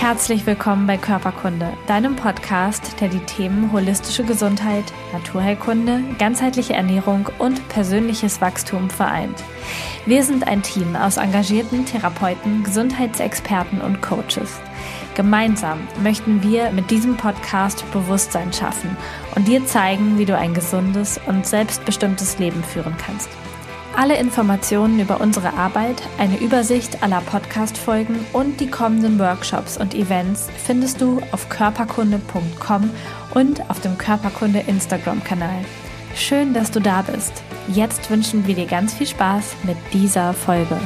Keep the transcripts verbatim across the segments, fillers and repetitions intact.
Herzlich willkommen bei Körperkunde, deinem Podcast, der die Themen holistische Gesundheit, Naturheilkunde, ganzheitliche Ernährung und persönliches Wachstum vereint. Wir sind ein Team aus engagierten Therapeuten, Gesundheitsexperten und Coaches. Gemeinsam möchten wir mit diesem Podcast Bewusstsein schaffen und dir zeigen, wie du ein gesundes und selbstbestimmtes Leben führen kannst. Alle Informationen über unsere Arbeit, eine Übersicht aller Podcast-Folgen und die kommenden Workshops und Events findest du auf körperkunde punkt com und auf dem Körperkunde Instagram-Kanal. Schön, dass du da bist. Jetzt wünschen wir dir ganz viel Spaß mit dieser Folge.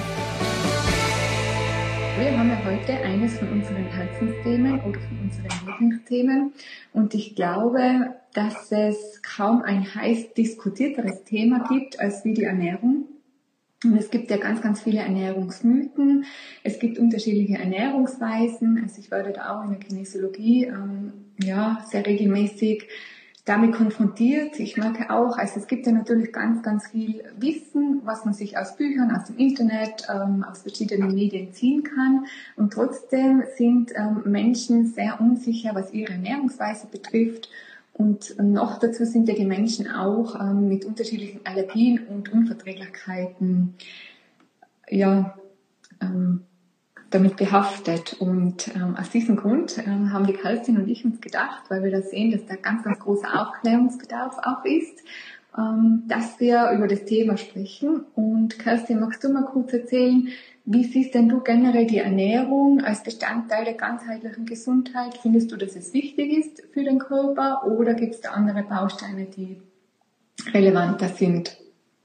Wir haben ja heute eines von unseren Herzensthemen oder von unseren Lieblingsthemen und ich glaube, dass es kaum ein heiß diskutierteres Thema gibt als wie die Ernährung. Und es gibt ja ganz, ganz viele Ernährungsmythen, es gibt unterschiedliche Ernährungsweisen, also ich werde da auch in der Kinesiologie ähm, ja, sehr regelmäßig damit konfrontiert. Ich merke auch, also es gibt ja natürlich ganz, ganz viel Wissen, was man sich aus Büchern, aus dem Internet, ähm, aus verschiedenen Medien ziehen kann. Und trotzdem sind ähm, Menschen sehr unsicher, was ihre Ernährungsweise betrifft. Und noch dazu sind ja die Menschen auch ähm, mit unterschiedlichen Allergien und Unverträglichkeiten ja, ähm, damit behaftet. Und ähm, aus diesem Grund ähm, haben die Kerstin und ich uns gedacht, weil wir da sehen, dass da ganz, ganz großer Aufklärungsbedarf auch ist, ähm, dass wir über das Thema sprechen. Und Kerstin, magst du mal kurz erzählen, wie siehst denn du generell die Ernährung als Bestandteil der ganzheitlichen Gesundheit? Findest du, dass es wichtig ist für den Körper oder gibt es da andere Bausteine, die relevanter sind?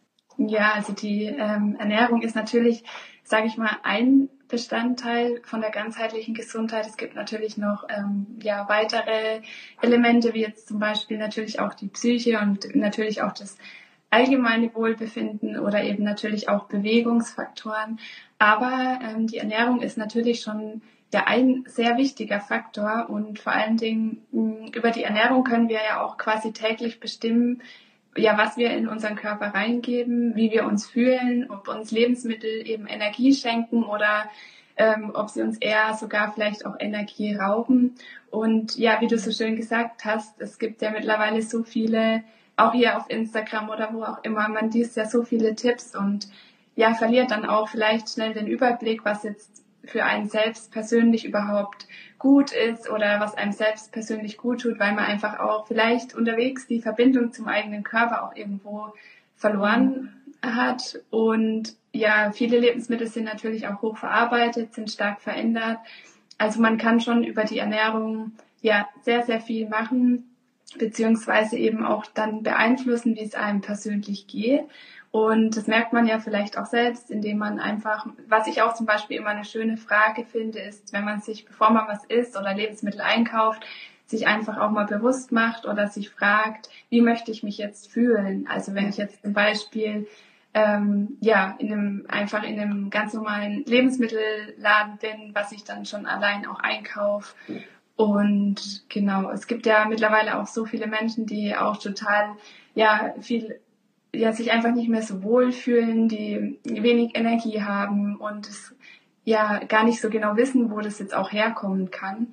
Ja, also die ähm, Ernährung ist natürlich, sage ich mal, ein Bestandteil von der ganzheitlichen Gesundheit. Es gibt natürlich noch ähm, ja weitere Elemente, wie jetzt zum Beispiel natürlich auch die Psyche und natürlich auch das allgemeine Wohlbefinden oder eben natürlich auch Bewegungsfaktoren. Aber ähm, die Ernährung ist natürlich schon ja ein sehr wichtiger Faktor und vor allen Dingen mh, über die Ernährung können wir ja auch quasi täglich bestimmen, ja, was wir in unseren Körper reingeben, wie wir uns fühlen, ob uns Lebensmittel eben Energie schenken oder ähm, ob sie uns eher sogar vielleicht auch Energie rauben. Und ja, wie du so schön gesagt hast, es gibt ja mittlerweile so viele, auch hier auf Instagram oder wo auch immer, man liest ja so viele Tipps und ja, verliert dann auch vielleicht schnell den Überblick, was jetzt für einen selbst persönlich überhaupt gut ist oder was einem selbst persönlich gut tut, weil man einfach auch vielleicht unterwegs die Verbindung zum eigenen Körper auch irgendwo verloren hat. Und ja, viele Lebensmittel sind natürlich auch hoch verarbeitet, sind stark verändert. Also man kann schon über die Ernährung ja sehr, sehr viel machen, beziehungsweise eben auch dann beeinflussen, wie es einem persönlich geht. Und das merkt man ja vielleicht auch selbst, indem man einfach, was ich auch zum Beispiel immer eine schöne Frage finde, ist, wenn man sich, bevor man was isst oder Lebensmittel einkauft, sich einfach auch mal bewusst macht oder sich fragt, wie möchte ich mich jetzt fühlen? Also wenn ich jetzt zum Beispiel ähm, ja in einem einfach in einem ganz normalen Lebensmittelladen bin, was ich dann schon allein auch einkaufe. Und genau, es gibt ja mittlerweile auch so viele Menschen, die auch total ja viel ja sich einfach nicht mehr so wohl fühlen, die wenig Energie haben und es ja gar nicht so genau wissen, wo das jetzt auch herkommen kann.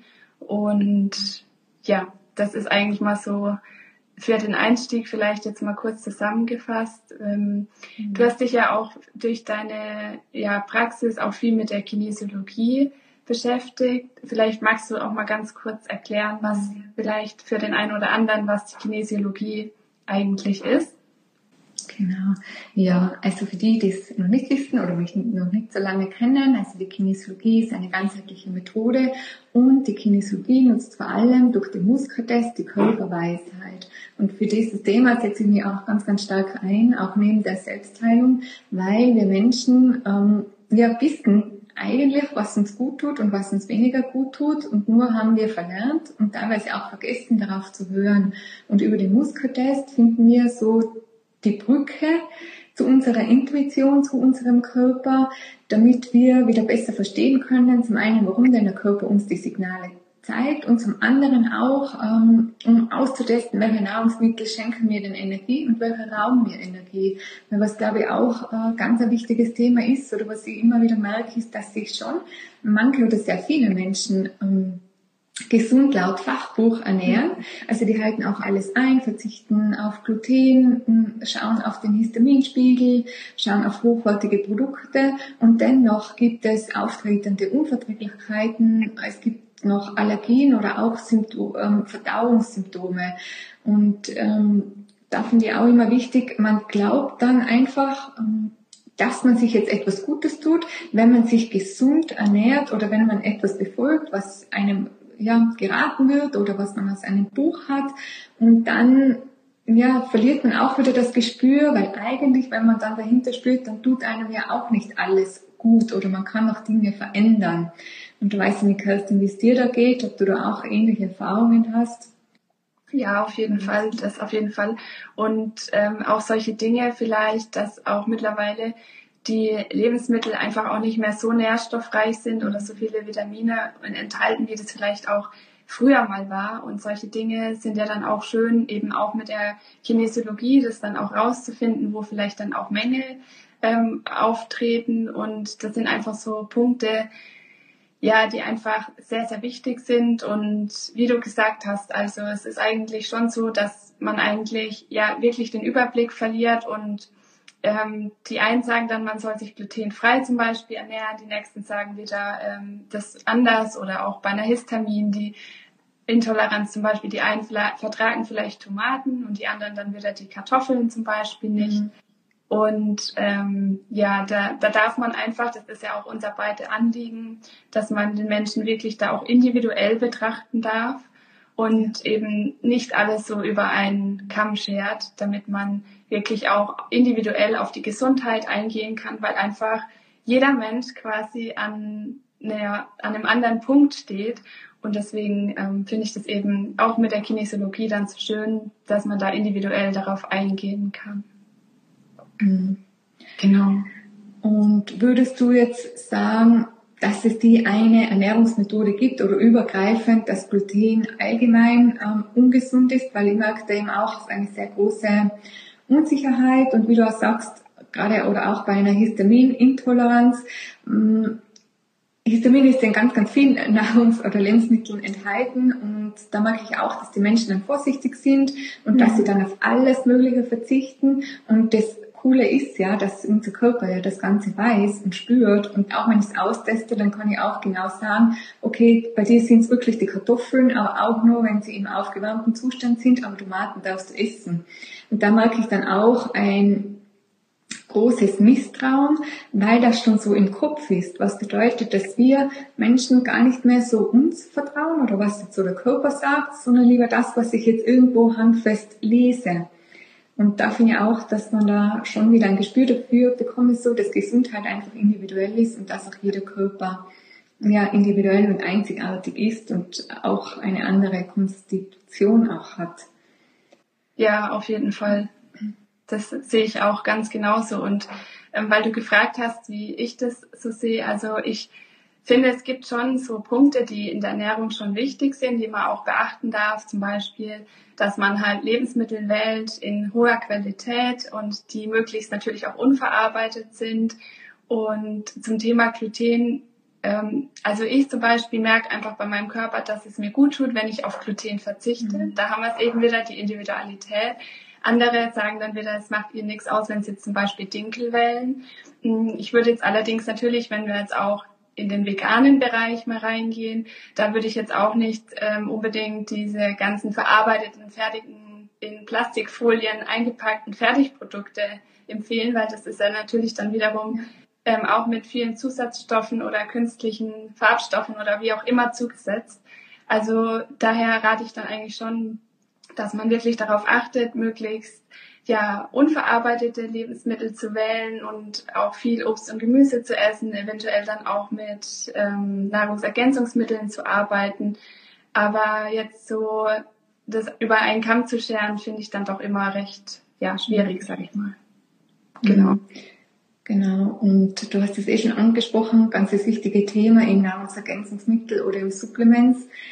Und ja, das ist eigentlich mal so für den Einstieg vielleicht jetzt mal kurz zusammengefasst. Ähm, mhm. Du hast dich ja auch durch deine ja, Praxis auch viel mit der Kinesiologie beschäftigt. Vielleicht magst du auch mal ganz kurz erklären, was vielleicht für den einen oder anderen, was die Kinesiologie eigentlich ist. Genau. Ja, also für die, die es noch nicht wissen oder mich noch nicht so lange kennen, also die Kinesiologie ist eine ganzheitliche Methode und die Kinesiologie nutzt vor allem durch den Muskeltest die Körperweisheit. Und für dieses Thema setze ich mich auch ganz, ganz stark ein, auch neben der Selbstheilung, weil wir Menschen ähm, ja wissen eigentlich, was uns gut tut und was uns weniger gut tut und nur haben wir verlernt und teilweise auch vergessen, darauf zu hören. Und über den Muskeltest finden wir so die Brücke zu unserer Intuition, zu unserem Körper, damit wir wieder besser verstehen können, zum einen, warum denn der Körper uns die Signale Zeit und zum anderen auch, ähm, um auszutesten, welche Nahrungsmittel schenken mir denn Energie und welche rauben mir Energie. Weil was, glaube ich, auch äh, ganz ein wichtiges Thema ist oder was ich immer wieder merke, ist, dass sich schon manche oder sehr viele Menschen ähm, gesund laut Fachbuch ernähren. Also die halten auch alles ein, verzichten auf Gluten, schauen auf den Histaminspiegel, schauen auf hochwertige Produkte und dennoch gibt es auftretende Unverträglichkeiten, es gibt noch Allergien oder auch Symptome, ähm, Verdauungssymptome. Und ähm, da finde ich auch immer wichtig, man glaubt dann einfach, ähm, dass man sich jetzt etwas Gutes tut, wenn man sich gesund ernährt oder wenn man etwas befolgt, was einem ja, geraten wird oder was man aus einem Buch hat. Und dann ja, verliert man auch wieder das Gespür, weil eigentlich, wenn man dann dahinter spürt, dann tut einem ja auch nicht alles gut oder man kann auch Dinge verändern. Und du weißt nicht, Kerstin, wie es dir da geht, ob du da auch ähnliche Erfahrungen hast. Ja, auf jeden Fall, das auf jeden Fall. Und ähm, auch solche Dinge vielleicht, dass auch mittlerweile die Lebensmittel einfach auch nicht mehr so nährstoffreich sind oder so viele Vitamine enthalten, wie das vielleicht auch früher mal war. Und solche Dinge sind ja dann auch schön, eben auch mit der Kinesiologie, das dann auch rauszufinden, wo vielleicht dann auch Mängel ähm, auftreten. Und das sind einfach so Punkte, ja, die einfach sehr, sehr wichtig sind. Und wie du gesagt hast, also es ist eigentlich schon so, dass man eigentlich ja wirklich den Überblick verliert und Ähm, die einen sagen dann, man soll sich glutenfrei zum Beispiel ernähren, die nächsten sagen wieder ähm, das anders oder auch bei einer Histamin, die Intoleranz zum Beispiel, die einen vertragen vielleicht Tomaten und die anderen dann wieder die Kartoffeln zum Beispiel nicht. Mhm. Und ähm, ja, da, da darf man einfach, das ist ja auch unser beide Anliegen, dass man den Menschen wirklich da auch individuell betrachten darf und eben nicht alles so über einen Kamm schert, damit man wirklich auch individuell auf die Gesundheit eingehen kann, weil einfach jeder Mensch quasi an, naja, an einem anderen Punkt steht. Und deswegen ähm, finde ich das eben auch mit der Kinesiologie dann so schön, dass man da individuell darauf eingehen kann. Mhm. Genau. Und würdest du jetzt sagen, dass es die eine Ernährungsmethode gibt oder übergreifend, dass Gluten allgemein ähm, ungesund ist, weil ich merke da eben auch, es ist eine sehr große Unsicherheit und wie du auch sagst, gerade oder auch bei einer Histaminintoleranz, ähm, Histamin ist in ganz, ganz vielen Nahrungs- oder Lebensmitteln enthalten und da merke ich auch, dass die Menschen dann vorsichtig sind und mhm. dass sie dann auf alles Mögliche verzichten und das Coole ist ja, dass unser Körper ja das Ganze weiß und spürt und auch wenn ich es austeste, dann kann ich auch genau sagen, okay, bei dir sind es wirklich die Kartoffeln, aber auch nur, wenn sie im aufgewärmten Zustand sind, aber Tomaten darfst du essen. Und da merke ich dann auch ein großes Misstrauen, weil das schon so im Kopf ist. Was bedeutet, dass wir Menschen gar nicht mehr so uns vertrauen oder was jetzt so der Körper sagt, sondern lieber das, was ich jetzt irgendwo handfest lese. Und da finde ich auch, dass man da schon wieder ein Gespür dafür bekommt, so, dass Gesundheit einfach individuell ist und dass auch jeder Körper ja individuell und einzigartig ist und auch eine andere Konstitution auch hat. Ja, auf jeden Fall. Das sehe ich auch ganz genauso. Und ähm, weil du gefragt hast, wie ich das so sehe, also ich finde, es gibt schon so Punkte, die in der Ernährung schon wichtig sind, die man auch beachten darf. Zum Beispiel, dass man halt Lebensmittel wählt in hoher Qualität und die möglichst natürlich auch unverarbeitet sind. Und zum Thema Gluten, ähm, also ich zum Beispiel merke einfach bei meinem Körper, dass es mir gut tut, wenn ich auf Gluten verzichte. Mhm. Da haben wir es eben wieder, die Individualität. Andere sagen dann wieder, es macht ihr nichts aus, wenn sie jetzt zum Beispiel Dinkel wählen. Ich würde jetzt allerdings natürlich, wenn wir jetzt auch in den veganen Bereich mal reingehen, da würde ich jetzt auch nicht ähm, unbedingt diese ganzen verarbeiteten, fertigen, in Plastikfolien eingepackten Fertigprodukte empfehlen, weil das ist ja natürlich dann wiederum ähm, auch mit vielen Zusatzstoffen oder künstlichen Farbstoffen oder wie auch immer zugesetzt. Also daher rate ich dann eigentlich schon, dass man wirklich darauf achtet, möglichst ja unverarbeitete Lebensmittel zu wählen und auch viel Obst und Gemüse zu essen, eventuell dann auch mit ähm, Nahrungsergänzungsmitteln zu arbeiten. Aber jetzt so das über einen Kamm zu scheren, finde ich dann doch immer recht ja schwierig, sage ich mal. Genau. Genau. Und du hast es eh schon angesprochen, ganz das wichtige Thema in Nahrungsergänzungsmittel oder im Supplements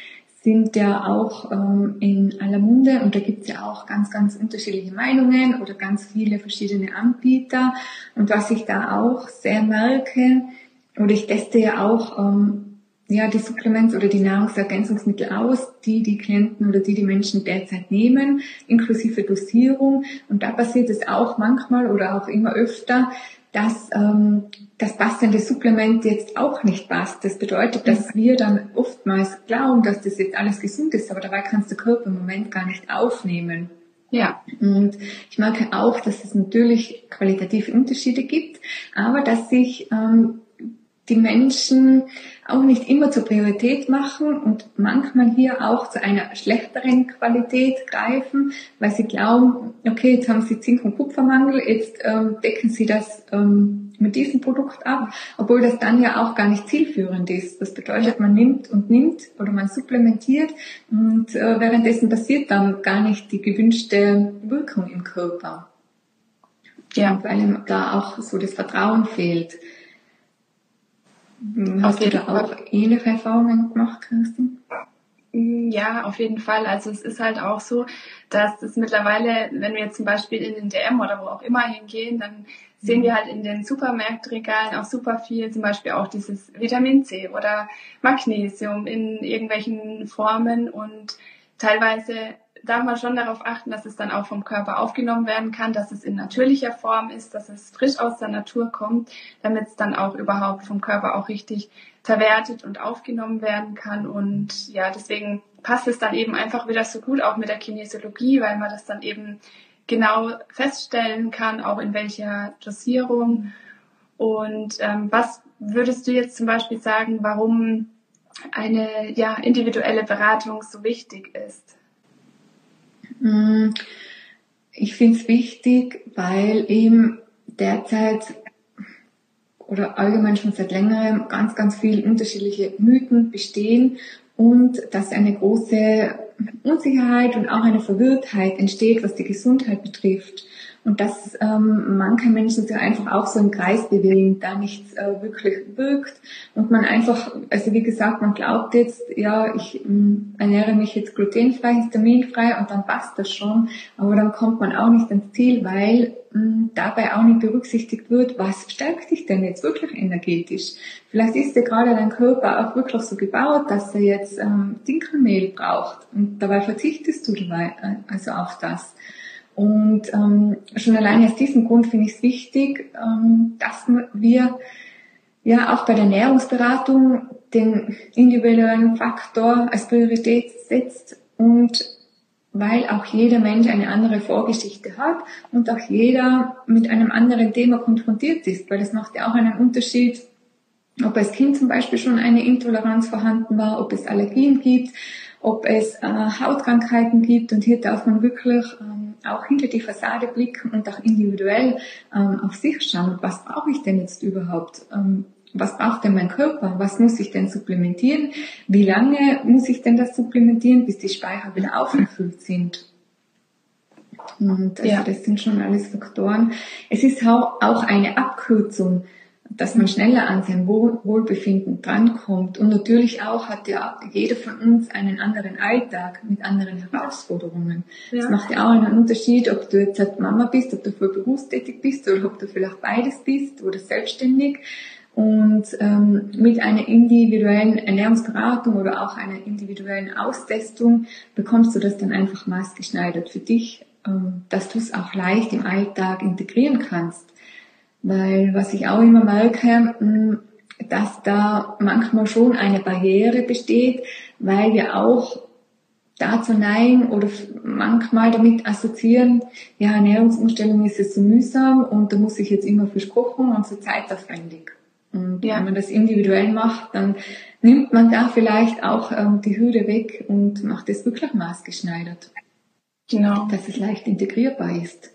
sind ja auch ähm, in aller Munde und da gibt's ja auch ganz, ganz unterschiedliche Meinungen oder ganz viele verschiedene Anbieter. Und was ich da auch sehr merke, oder ich teste ja auch ähm, ja die Supplements oder die Nahrungsergänzungsmittel aus, die die Klienten oder die die Menschen derzeit nehmen, inklusive Dosierung. Und da passiert es auch manchmal oder auch immer öfter, dass ähm, das passende Supplement jetzt auch nicht passt. Das bedeutet, dass wir dann oftmals glauben, dass das jetzt alles gesund ist, aber dabei kannst du Körper im Moment gar nicht aufnehmen. Ja. Und ich merke auch, dass es natürlich qualitative Unterschiede gibt, aber dass sich ähm, die Menschen auch nicht immer zur Priorität machen und manchmal hier auch zu einer schlechteren Qualität greifen, weil sie glauben, okay, jetzt haben sie Zink- und Kupfermangel, jetzt ähm, decken sie das ähm, mit diesem Produkt ab, obwohl das dann ja auch gar nicht zielführend ist. Das bedeutet, man nimmt und nimmt oder man supplementiert und äh, währenddessen passiert dann gar nicht die gewünschte Wirkung im Körper. Ja. Und weil ihm da auch so das Vertrauen fehlt. Hast du da auch ähnliche Erfahrungen gemacht, Kerstin? Ja, auf jeden Fall. Also es ist halt auch so, dass es mittlerweile, wenn wir jetzt zum Beispiel in den D M oder wo auch immer hingehen, dann sehen wir halt in den Supermarktregalen auch super viel, zum Beispiel auch dieses Vitamin C oder Magnesium in irgendwelchen Formen und teilweise darf man schon darauf achten, dass es dann auch vom Körper aufgenommen werden kann, dass es in natürlicher Form ist, dass es frisch aus der Natur kommt, damit es dann auch überhaupt vom Körper auch richtig verwertet und aufgenommen werden kann. Und ja, deswegen passt es dann eben einfach wieder so gut auch mit der Kinesiologie, weil man das dann eben genau feststellen kann, auch in welcher Dosierung. Und ähm, was würdest du jetzt zum Beispiel sagen, warum eine ja, individuelle Beratung so wichtig ist? Ich finde es wichtig, weil eben derzeit oder allgemein schon seit längerem ganz, ganz viele unterschiedliche Mythen bestehen und dass eine große Unsicherheit und auch eine Verwirrtheit entsteht, was die Gesundheit betrifft. Und dass ähm, manche Menschen sich einfach auch so im Kreis bewegen, da nichts äh, wirklich wirkt. Und man einfach, also wie gesagt, man glaubt jetzt, ja, ich ähm, ernähre mich jetzt glutenfrei, histaminfrei und dann passt das schon. Aber dann kommt man auch nicht ans Ziel, weil ähm, dabei auch nicht berücksichtigt wird, was stärkt dich denn jetzt wirklich energetisch? Vielleicht ist ja gerade dein Körper auch wirklich so gebaut, dass er jetzt ähm, Dinkelmehl braucht. Und dabei verzichtest du dabei äh, also auf das. Und ähm, schon alleine aus diesem Grund finde ich es wichtig, ähm, dass wir ja auch bei der Ernährungsberatung den individuellen Faktor als Priorität setzt und weil auch jeder Mensch eine andere Vorgeschichte hat und auch jeder mit einem anderen Thema konfrontiert ist, weil das macht ja auch einen Unterschied, ob als Kind zum Beispiel schon eine Intoleranz vorhanden war, ob es Allergien gibt, ob es äh, Hautkrankheiten gibt und hier darf man wirklich ähm, auch hinter die Fassade blicken und auch individuell ähm, auf sich schauen. Was brauche ich denn jetzt überhaupt? Ähm, was braucht denn mein Körper? Was muss ich denn supplementieren? Wie lange muss ich denn das supplementieren, bis die Speicher wieder aufgefüllt sind? Und also ja. Das sind schon alles Faktoren. Es ist auch eine Abkürzung, dass man schneller an sein Wohlbefinden drankommt. Und natürlich auch hat ja jeder von uns einen anderen Alltag mit anderen Herausforderungen. Es ja. macht ja auch einen Unterschied, ob du jetzt halt Mama bist, ob du voll berufstätig bist oder ob du vielleicht beides bist oder selbstständig. Und ähm, mit einer individuellen Ernährungsberatung oder auch einer individuellen Austestung bekommst du das dann einfach maßgeschneidert für dich, ähm, dass du es auch leicht im Alltag integrieren kannst. Weil was ich auch immer merke, dass da manchmal schon eine Barriere besteht, weil wir auch dazu neigen oder manchmal damit assoziieren, ja, Ernährungsumstellung ist jetzt so mühsam und da muss ich jetzt immer frisch kochen und so zeitaufwendig. Und ja. wenn man das individuell macht, dann nimmt man da vielleicht auch ähm, die Hürde weg und macht es wirklich maßgeschneidert. Genau. Dass es leicht integrierbar ist.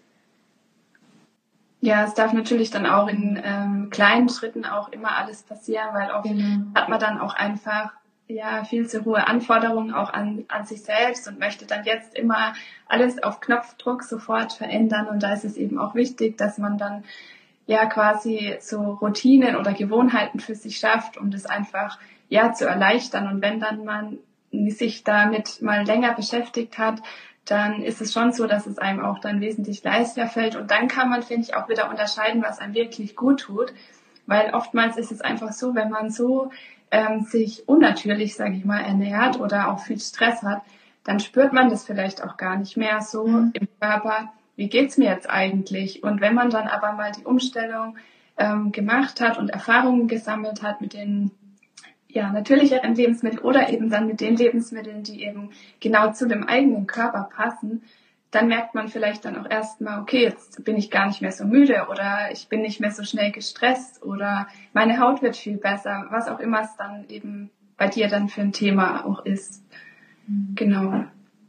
Ja, es darf natürlich dann auch in ähm, kleinen Schritten auch immer alles passieren, weil oft genau. hat man dann auch einfach ja viel zu hohe Anforderungen auch an an sich selbst und möchte dann jetzt immer alles auf Knopfdruck sofort verändern und da ist es eben auch wichtig, dass man dann ja quasi so Routinen oder Gewohnheiten für sich schafft, um das einfach ja zu erleichtern und wenn dann man sich damit mal länger beschäftigt hat, dann ist es schon so, dass es einem auch dann wesentlich leichter fällt. Und dann kann man, finde ich, auch wieder unterscheiden, was einem wirklich gut tut. Weil oftmals ist es einfach so, wenn man so ähm, sich unnatürlich, sage ich mal, ernährt oder auch viel Stress hat, dann spürt man das vielleicht auch gar nicht mehr so mhm. im Körper, wie geht's mir jetzt eigentlich? Und wenn man dann aber mal die Umstellung ähm, gemacht hat und Erfahrungen gesammelt hat mit den ja, natürlicheren Lebensmitteln oder eben dann mit den Lebensmitteln, die eben genau zu dem eigenen Körper passen, dann merkt man vielleicht dann auch erstmal, okay, jetzt bin ich gar nicht mehr so müde oder ich bin nicht mehr so schnell gestresst oder meine Haut wird viel besser, was auch immer es dann eben bei dir dann für ein Thema auch ist. Mhm. Genau.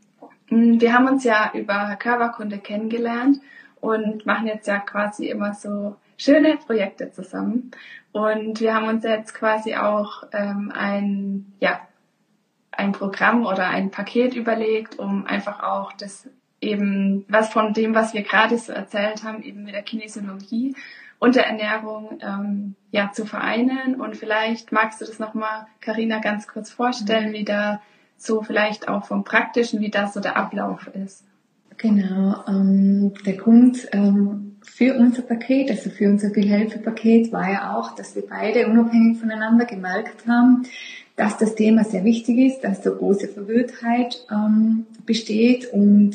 Wir haben uns ja über Körperkunde kennengelernt und machen jetzt ja quasi immer so schöne Projekte zusammen. Und wir haben uns jetzt quasi auch ähm, ein, ja, ein Programm oder ein Paket überlegt, um einfach auch das eben, was von dem, was wir gerade so erzählt haben, eben mit der Kinesiologie und der Ernährung ähm, ja, zu vereinen. Und vielleicht magst du das nochmal, Carina, ganz kurz vorstellen, wie da so vielleicht auch vom Praktischen, wie das so der Ablauf ist. Genau, ähm, der Grund ähm, für unser Paket, also für unser Vielhelfer-Paket, war ja auch, dass wir beide unabhängig voneinander gemerkt haben, dass das Thema sehr wichtig ist, dass so große Verwirrtheit ähm, besteht, und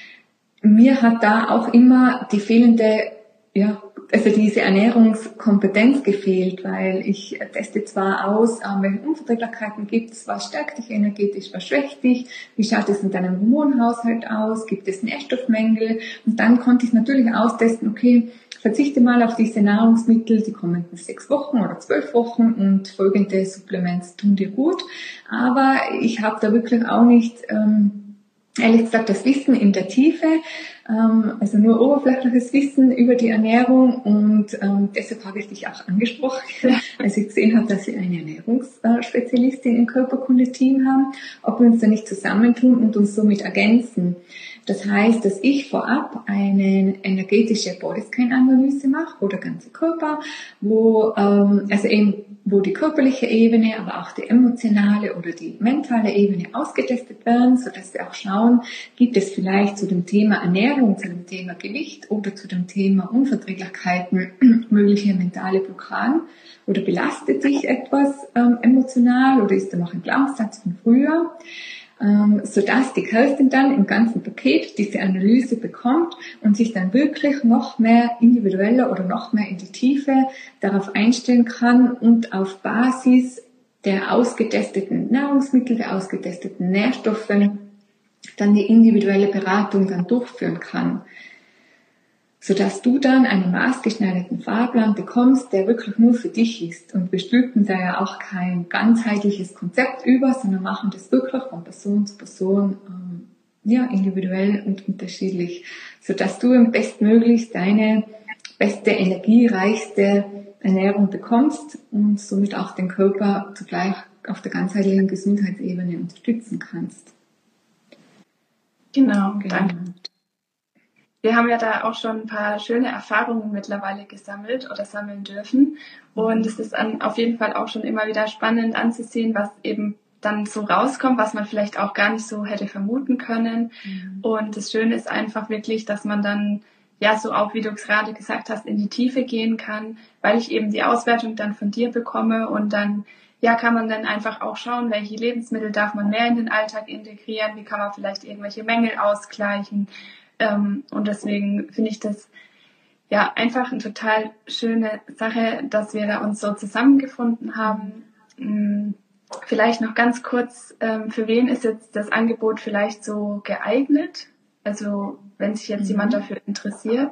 mir hat da auch immer die fehlende, ja, also diese Ernährungskompetenz gefehlt, weil ich teste zwar aus, welche Unverträglichkeiten gibt es, was stärkt dich energetisch, was schwächt dich, wie schaut es in deinem Hormonhaushalt aus, gibt es Nährstoffmängel, und dann konnte ich natürlich austesten, okay, verzichte mal auf diese Nahrungsmittel die kommenden sechs Wochen oder zwölf Wochen und folgende Supplements tun dir gut, aber ich habe da wirklich auch nicht, ähm, ehrlich gesagt, das Wissen in der Tiefe, ähm, also nur oberflächliches Wissen über die Ernährung, und ähm, deshalb habe ich dich auch angesprochen, als ich gesehen habe, dass wir eine Ernährungsspezialistin im Körperkunde-Team haben, ob wir uns da nicht zusammentun und uns somit ergänzen. Das heißt, dass ich vorab eine energetische Bodyscan-Analyse mache, wo der ganze Körper, wo ähm, also eben wo die körperliche Ebene, aber auch die emotionale oder die mentale Ebene ausgetestet werden, so dass wir auch schauen, gibt es vielleicht zu dem Thema Ernährung, zu dem Thema Gewicht oder zu dem Thema Unverträglichkeiten mögliche mentale Blockaden, oder belastet dich etwas ähm, emotional oder ist da noch ein Glaubenssatz von früher, ähm, sodass die Kerstin dann im ganzen Paket diese Analyse bekommt und sich dann wirklich noch mehr individueller oder noch mehr in die Tiefe darauf einstellen kann und auf Basis der ausgetesteten Nahrungsmittel, der ausgetesteten Nährstoffe dann die individuelle Beratung dann durchführen kann, sodass du dann einen maßgeschneiderten Fahrplan bekommst, der wirklich nur für dich ist. Und wir stülpen da ja auch kein ganzheitliches Konzept über, sondern machen das wirklich von Person zu Person ähm, ja, individuell und unterschiedlich, sodass du am bestmöglichst deine beste, energiereichste Ernährung bekommst und somit auch den Körper zugleich auf der ganzheitlichen Gesundheitsebene unterstützen kannst. Genau, genau. Danke. Wir haben ja da auch schon ein paar schöne Erfahrungen mittlerweile gesammelt oder sammeln dürfen. Und es ist an, auf jeden Fall auch schon immer wieder spannend anzusehen, was eben dann so rauskommt, was man vielleicht auch gar nicht so hätte vermuten können. Mhm. Und das Schöne ist einfach wirklich, dass man dann, ja, so auch, wie du es gerade gesagt hast, in die Tiefe gehen kann, weil ich eben die Auswertung dann von dir bekomme, und dann, ja, kann man dann einfach auch schauen, welche Lebensmittel darf man mehr in den Alltag integrieren, wie kann man vielleicht irgendwelche Mängel ausgleichen. Und deswegen finde ich das ja einfach eine total schöne Sache, dass wir da uns so zusammengefunden haben. Vielleicht noch ganz kurz, für wen ist jetzt das Angebot vielleicht so geeignet? Also wenn sich jetzt mhm. jemand dafür interessiert.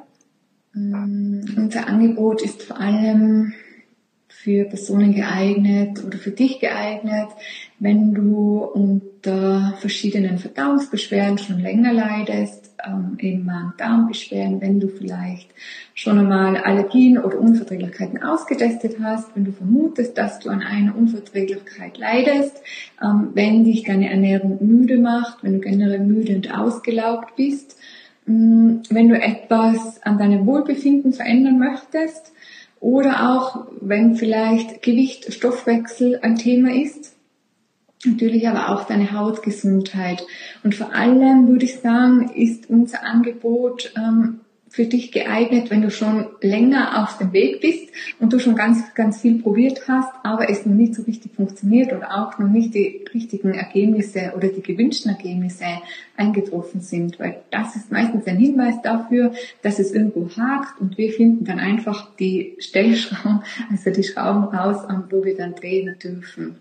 Unser Angebot ist vor allem für Personen geeignet oder für dich geeignet, wenn du unter verschiedenen Verdauungsbeschwerden schon länger leidest, ähm, eben Magen-Darm-Beschwerden, wenn du vielleicht schon einmal Allergien oder Unverträglichkeiten ausgetestet hast, wenn du vermutest, dass du an einer Unverträglichkeit leidest, ähm, wenn dich deine Ernährung müde macht, wenn du generell müde und ausgelaugt bist, ähm, wenn du etwas an deinem Wohlbefinden verändern möchtest, oder auch, wenn vielleicht Gewicht, Stoffwechsel ein Thema ist, Natürlich aber auch deine Hautgesundheit. Und vor allem würde ich sagen, ist unser Angebot ähm, für dich geeignet, wenn du schon länger auf dem Weg bist und du schon ganz, ganz viel probiert hast, aber es noch nicht so richtig funktioniert oder auch noch nicht die richtigen Ergebnisse oder die gewünschten Ergebnisse eingetroffen sind. Weil das ist meistens ein Hinweis dafür, dass es irgendwo hakt und wir finden dann einfach die Stellschrauben, also die Schrauben raus, wo wir dann drehen dürfen.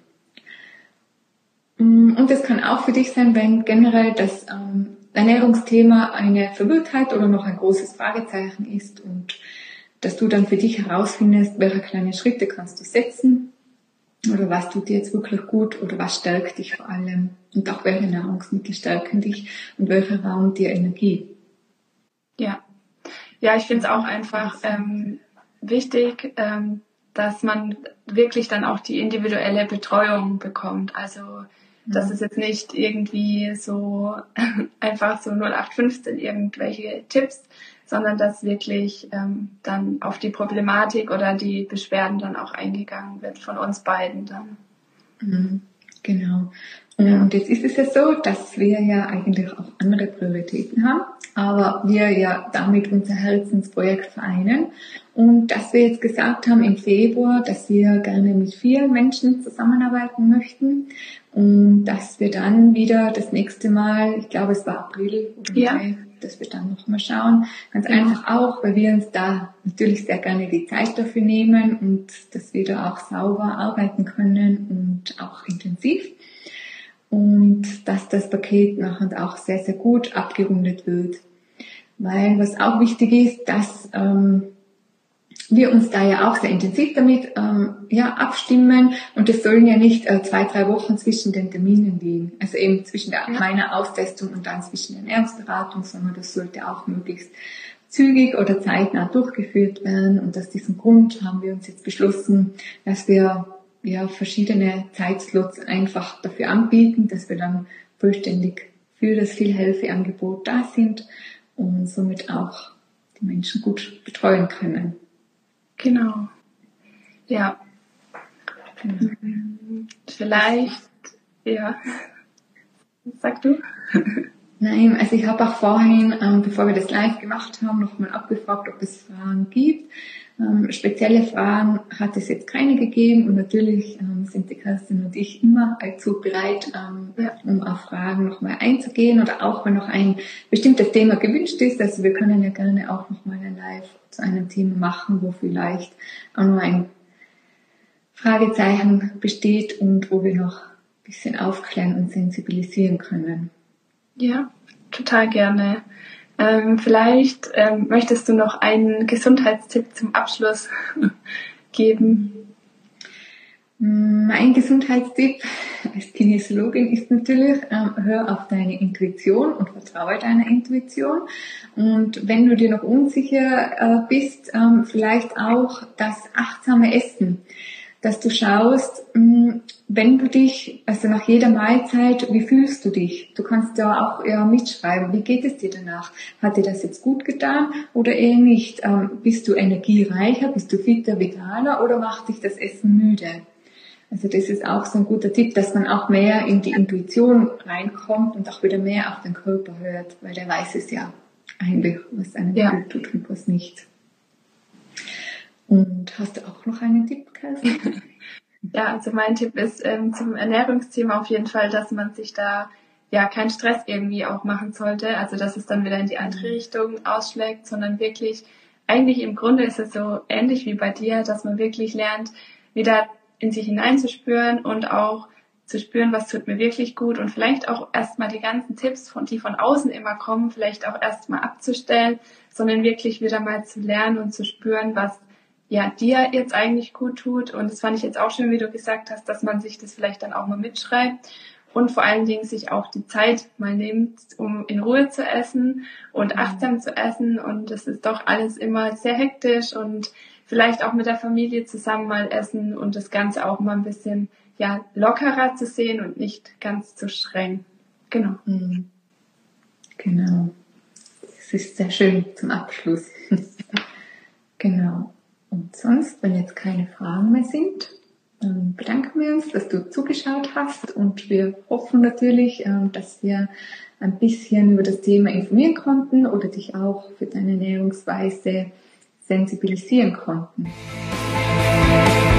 Und es kann auch für dich sein, wenn generell das ähm, Ernährungsthema eine Verwirrtheit oder noch ein großes Fragezeichen ist und dass du dann für dich herausfindest, welche kleinen Schritte kannst du setzen oder was tut dir jetzt wirklich gut oder was stärkt dich vor allem und auch welche Nahrungsmittel stärken dich und welche rauben dir Energie. Ja, ja, ich finde es auch einfach ähm, wichtig, ähm, dass man wirklich dann auch die individuelle Betreuung bekommt. Also das ist jetzt nicht irgendwie so einfach so null acht fünfzehn irgendwelche Tipps, sondern dass wirklich ähm, dann auf die Problematik oder die Beschwerden dann auch eingegangen wird von uns beiden dann. Mhm, genau. Und jetzt ist es ja so, dass wir ja eigentlich auch andere Prioritäten haben, aber wir ja damit unser Herzensprojekt vereinen und dass wir jetzt gesagt haben im Februar, dass wir gerne mit vielen Menschen zusammenarbeiten möchten und dass wir dann wieder das nächste Mal, ich glaube es war April oder ja. Mai, dass wir dann nochmal schauen, ganz genau. Einfach auch, weil wir uns da natürlich sehr gerne die Zeit dafür nehmen und dass wir da auch sauber arbeiten können und auch intensiv. Und dass das Paket nachher auch sehr, sehr gut abgerundet wird. Weil was auch wichtig ist, dass ähm, wir uns da ja auch sehr intensiv damit ähm, ja abstimmen und es sollen ja nicht äh, zwei, drei Wochen zwischen den Terminen liegen. Also eben zwischen der, ja. meiner Austestung und dann zwischen der Ernährungsberatung, sondern das sollte auch möglichst zügig oder zeitnah durchgeführt werden. Und aus diesem Grund haben wir uns jetzt beschlossen, dass wir ja verschiedene Zeitslots einfach dafür anbieten, dass wir dann vollständig für das Feel Healthy Angebot da sind und somit auch die Menschen gut betreuen können. Genau. Ja. Genau. Vielleicht, ja. Sag du? Nein, also ich habe auch vorhin, ähm, bevor wir das live gemacht haben, nochmal abgefragt, ob es Fragen gibt. Ähm, spezielle Fragen hat es jetzt keine gegeben und natürlich ähm, sind die Kerstin und ich immer allzu bereit, ähm, ja. um auf Fragen nochmal einzugehen oder auch wenn noch ein bestimmtes Thema gewünscht ist. Also wir können ja gerne auch nochmal ein Live zu einem Thema machen, wo vielleicht auch noch ein Fragezeichen besteht und wo wir noch ein bisschen aufklären und sensibilisieren können. Ja, total gerne. Ähm, vielleicht ähm, möchtest du noch einen Gesundheitstipp zum Abschluss geben? Mein Gesundheitstipp als Kinesiologin ist natürlich, ähm, hör auf deine Intuition und vertraue deiner Intuition. Und wenn du dir noch unsicher äh, bist, ähm, vielleicht auch das achtsame Essen. Dass du schaust, wenn du dich, also nach jeder Mahlzeit, wie fühlst du dich? Du kannst da auch eher mitschreiben, wie geht es dir danach? Hat dir das jetzt gut getan oder eher nicht? Bist du energiereicher, bist du fitter, vitaler oder macht dich das Essen müde? Also das ist auch so ein guter Tipp, dass man auch mehr in die Intuition reinkommt und auch wieder mehr auf den Körper hört, weil der weiß es ja eigentlich, was einem ja. gut tut und was nicht. Und hast du auch noch einen Tipp, Kerstin? Ja, also mein Tipp ist ähm, zum Ernährungsthema auf jeden Fall, dass man sich da ja keinen Stress irgendwie auch machen sollte. Also dass es dann wieder in die andere Richtung ausschlägt, sondern wirklich, eigentlich im Grunde ist es so ähnlich wie bei dir, dass man wirklich lernt, wieder in sich hineinzuspüren und auch zu spüren, was tut mir wirklich gut und vielleicht auch erstmal die ganzen Tipps, von, die von außen immer kommen, vielleicht auch erstmal abzustellen, sondern wirklich wieder mal zu lernen und zu spüren, was ja, dir jetzt eigentlich gut tut. Und das fand ich jetzt auch schön, wie du gesagt hast, dass man sich das vielleicht dann auch mal mitschreibt und vor allen Dingen sich auch die Zeit mal nimmt, um in Ruhe zu essen und achtsam zu essen. Und das ist doch alles immer sehr hektisch und vielleicht auch mit der Familie zusammen mal essen und das Ganze auch mal ein bisschen ja lockerer zu sehen und nicht ganz zu streng. Genau. Mhm. Genau. Das ist sehr schön zum Abschluss. Genau. Und sonst, wenn jetzt keine Fragen mehr sind, ähm, bedanken wir uns, dass du zugeschaut hast und wir hoffen natürlich, ähm, dass wir ein bisschen über das Thema informieren konnten oder dich auch für deine Ernährungsweise sensibilisieren konnten.